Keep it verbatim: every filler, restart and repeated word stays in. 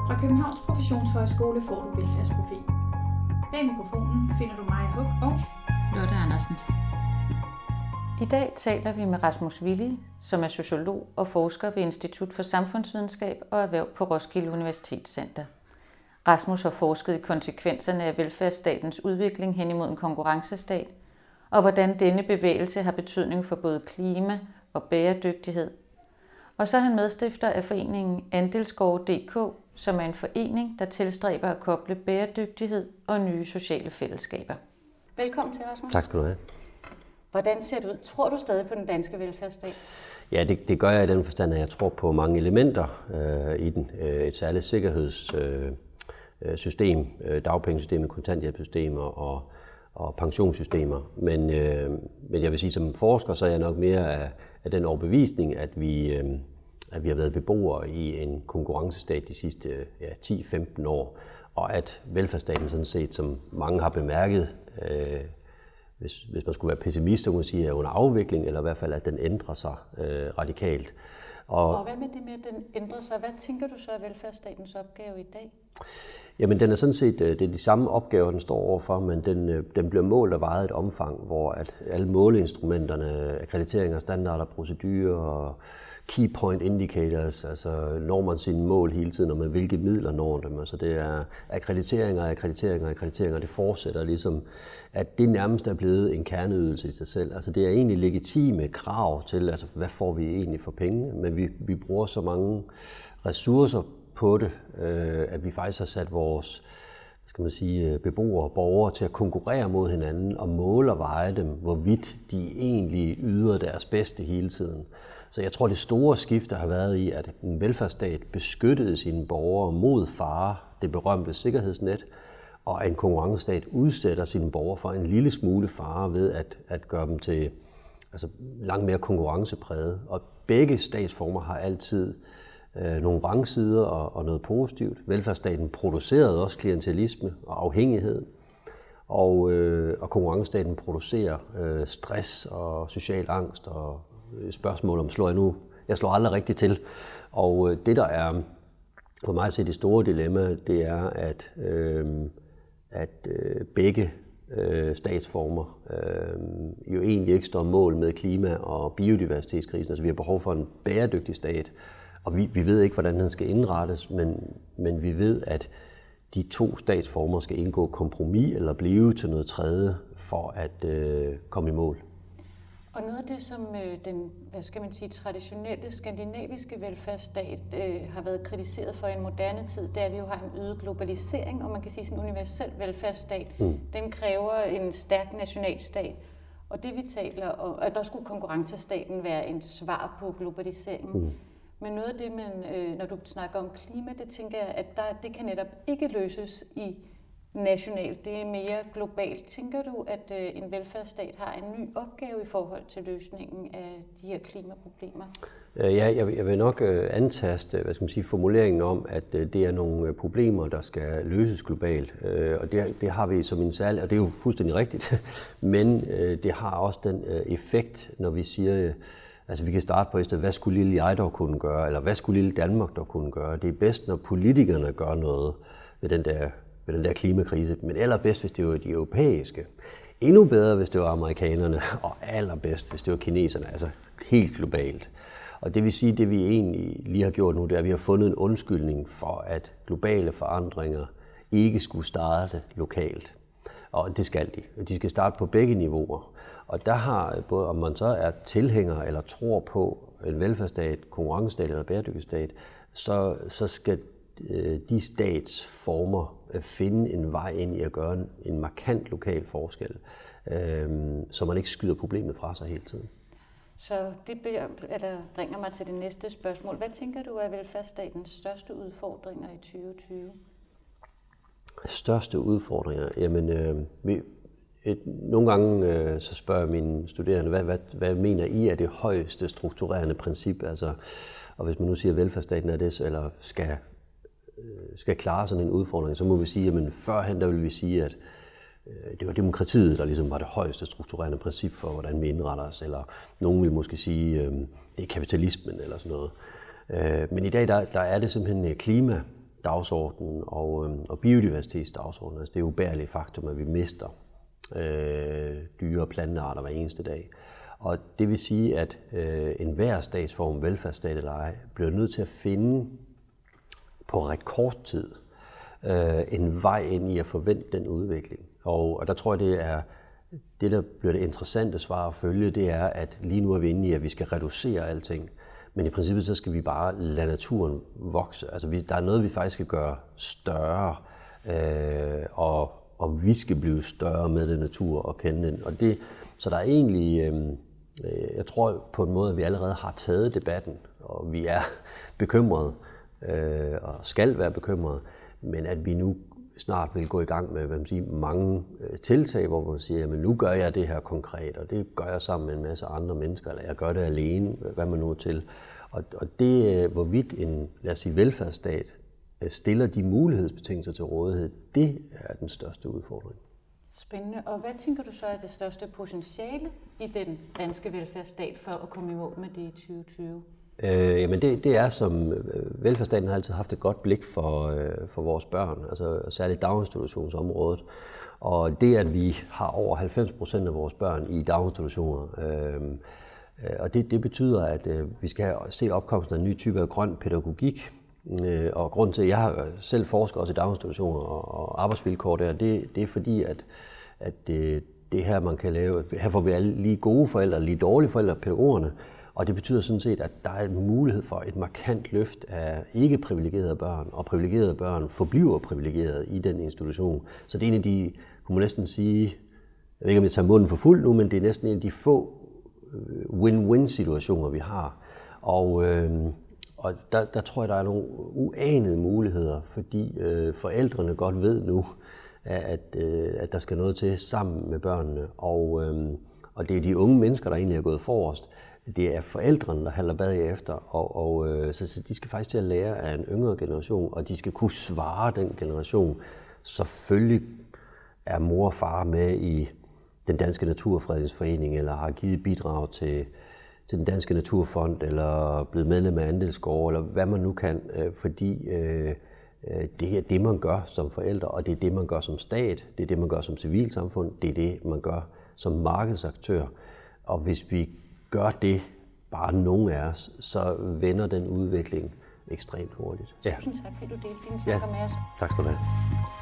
Fra Københavns Professionshøjskole får du velfærdsprofil. Bag mikrofonen finder du Maja Huk og Lotte Andersen. I dag taler vi med Rasmus Willi, som er sociolog og forsker ved Institut for Samfundsvidenskab og Erhverv på Roskilde Universitetscenter. Rasmus har forsket i konsekvenserne af velfærdsstatens udvikling hen imod en konkurrencestat, og hvordan denne bevægelse har betydning for både klima og bæredygtighed. Og så er han medstifter af foreningen Andelsgårde punktum d k, som er en forening, der tilstræber at koble bæredygtighed og nye sociale fællesskaber. Velkommen til, Rasmus. Tak skal du have. Hvordan ser det ud? Tror du stadig på den danske velfærdsstat? Ja, det, det gør jeg i den forstand, at jeg tror på mange elementer øh, i den. Et særligt sikkerhedssystem, øh, dagpengesystemet, kontanthjælpssystemer og, og pensionssystemer. Men, øh, men jeg vil sige, som forsker, så er jeg nok mere af, af den overbevisning, at vi, øh, at vi har været beboere i en konkurrencestat de sidste ja, ti til femten år, og at velfærdsstaten sådan set, som mange har bemærket, øh, Hvis, hvis man skulle være pessimist, så kunne man sige, at er under afvikling, eller i hvert fald, at den ændrer sig øh, radikalt. Og, og hvad med det med, at den ændrer sig? Hvad tænker du så er velfærdsstatens opgave i dag? Jamen, den er sådan set det er de samme opgaver, den står overfor, men den, den bliver målt og vejet et omfang, hvor at alle måleinstrumenterne, akkrediteringer, standarder, procedurer og key point indicators, altså når man sine mål hele tiden, og med hvilke midler når dem. Altså det er akkrediteringer, akkrediteringer, akkrediteringer, det fortsætter ligesom, at det nærmest er blevet en kerneydelse i sig selv. Altså det er egentlig legitime krav til, altså hvad får vi egentlig for penge, men vi, vi bruger så mange ressourcer på det, øh, at vi faktisk har sat vores skal man sige, beboere og borgere til at konkurrere mod hinanden og måle og veje dem, hvorvidt de egentlig yder deres bedste hele tiden. Så jeg tror, det store skifte har været i, at en velfærdsstat beskyttede sine borgere mod fare, det berømte sikkerhedsnet, og en konkurrencestat udsætter sine borgere for en lille smule fare ved at, at gøre dem til altså, langt mere konkurrencepræget. Og begge statsformer har altid øh, nogle vrangsider og, og noget positivt. Velfærdsstaten producerede også klientelisme og afhængighed, og, øh, og konkurrencestaten producerer øh, stress og social angst og spørgsmål om, slår jeg nu? Jeg slår aldrig rigtigt til. Og det, der er for mig at se det store dilemma, det er, at, øh, at øh, begge øh, statsformer øh, jo egentlig ikke står mål med klima- og biodiversitetskrisen. Altså vi har behov for en bæredygtig stat, og vi, vi ved ikke, hvordan den skal indrettes, men, men vi ved, at de to statsformer skal indgå kompromis eller blive til noget tredje for at øh, komme i mål. Og noget af det, som øh, den hvad skal man sige, traditionelle skandinaviske velfærdsstat øh, har været kritiseret for i en moderne tid, det er, at vi jo har en øget globalisering, og man kan sige, sådan en universel velfærdsstat, mm. den kræver en stærk nationalstat. Og det vi taler om, at der skulle konkurrencestaten være en svar på globaliseringen. Mm. Men noget af det, man, øh, når du snakker om klima, det tænker jeg, at der, det kan netop ikke løses i nationalt, det er mere globalt. Tænker du, at øh, en velfærdsstat har en ny opgave i forhold til løsningen af de her klimaproblemer? Ja, jeg, jeg vil nok øh, antaste hvad skal man sige, formuleringen om, at øh, det er nogle problemer, der skal løses globalt. Øh, og det, det har vi som en særlig, og det er jo fuldstændig rigtigt, men øh, det har også den øh, effekt, når vi siger, øh, altså vi kan starte på i stedet, hvad skulle lille jeg dog kunne gøre, eller hvad skulle lille Danmark dog kunne gøre. Det er bedst, når politikerne gør noget ved den der ved den der klimakrise, men allerbedst, hvis det var de europæiske. Endnu bedre, hvis det var amerikanerne, og allerbedst, hvis det var kineserne, altså helt globalt. Og det vil sige, det vi egentlig lige har gjort nu, det er, at vi har fundet en undskyldning for, at globale forandringer ikke skulle starte lokalt. Og det skal de. De skal starte på begge niveauer. Og der har, både om man så er tilhænger eller tror på en velfærdsstat, konkurrencestat eller bæredygtighedsstat, så, så skal de statsformer finde en vej ind i at gøre en, en markant lokal forskel, øhm, så man ikke skyder problemet fra sig hele tiden. Så det eller, bringer mig til det næste spørgsmål. Hvad tænker du er velfærdsstatens største udfordringer i tyve tyve? Største udfordringer? Jamen, øh, vi, et, nogle gange øh, så spørger mine studerende, hvad, hvad, hvad mener I er det højeste strukturerende princip? Altså, og hvis man nu siger, at velfærdsstaten er det, eller skal skal klare sådan en udfordring, så må vi sige, at førhen der vil vi sige, at det var demokratiet, der ligesom var det højeste strukturerende princip for, hvordan vi indretter os, eller nogen vil måske sige, at det er kapitalismen eller sådan noget. Men i dag der, der er det simpelthen klima dagsordenen og, øh, og biodiversitetsdagsordenen. Altså det er ubærligt faktum, at vi mister øh, dyre- og plantearter hver eneste dag. Og det vil sige, at øh, enhver statsform, velfærdsstat eller ej, bliver nødt til at finde på rekordtid øh, en vej ind i at forvente den udvikling. Og, og der tror jeg, det er det, der bliver det interessante svar at følge, det er, at lige nu er vi inde i, at vi skal reducere alting. Men i princippet så skal vi bare lade naturen vokse. Altså vi, der er noget, vi faktisk skal gøre større, øh, og, og vi skal blive større med den natur og kende den. Og det, så der er egentlig, øh, jeg tror på en måde, at vi allerede har taget debatten, og vi er bekymrede, øh, og skal være bekymrede, men at vi nu snart vil gå i gang med hvad man siger, mange tiltag, hvor man siger, at nu gør jeg det her konkret, og det gør jeg sammen med en masse andre mennesker, eller jeg gør det alene, hvad man nu til. Og, og det, hvorvidt en, lad os sige, velfærdsstat stiller de mulighedsbetingelser til rådighed, det er den største udfordring. Spændende. Og hvad tænker du så er det største potentiale i den danske velfærdsstat for at komme i mål med det i tyve tyve? Øh, jamen det, det er, som velfærdsstaten har altid haft et godt blik for, øh, for vores børn, altså særligt daginstitutionsområdet. Og det, at vi har over halvfems procent af vores børn i daginstitutioner, øh, og det, det betyder, at øh, vi skal se opkomsten af en ny type af grøn pædagogik. Øh, og grunden til, at jeg har selv forsket også i daginstitutioner og, og arbejdsvilkår der, det, det er fordi, at, at det, det her, man kan lave, her får vi alle lige gode forældre, lige dårlige forældre, pædagogerne. Og det betyder sådan set, at der er en mulighed for et markant løft af ikke-privilegerede børn, og privilegerede børn forbliver privilegerede i den institution. Så det er en af de, kunne man næsten sige, jeg ved ikke om jeg tager munden for fuld nu, men det er næsten en af de få win-win-situationer, vi har. Og, øh, og der, der tror jeg, der er nogle uanede muligheder, fordi øh, forældrene godt ved nu, at, øh, at der skal noget til sammen med børnene. Og, øh, og det er de unge mennesker, der egentlig er gået forrest. Det er forældrene, der halter bagefter, og, og øh, så, så de skal faktisk til at lære af en yngre generation, og de skal kunne svare den generation. Selvfølgelig er mor og far med i den danske Naturfredningsforening, eller har givet bidrag til, til den danske Naturfond, eller blevet medlem af andelsgård, eller hvad man nu kan, øh, fordi øh, det er det, man gør som forældre, og det er det, man gør som stat, det er det, man gør som civilsamfund, det er det, man gør som markedsaktør. Og hvis vi gør det, bare nogen af os, så vender den udvikling ekstremt hurtigt. Tusind tak, fordi du delte dine tanker ja. med os. Tak skal du have.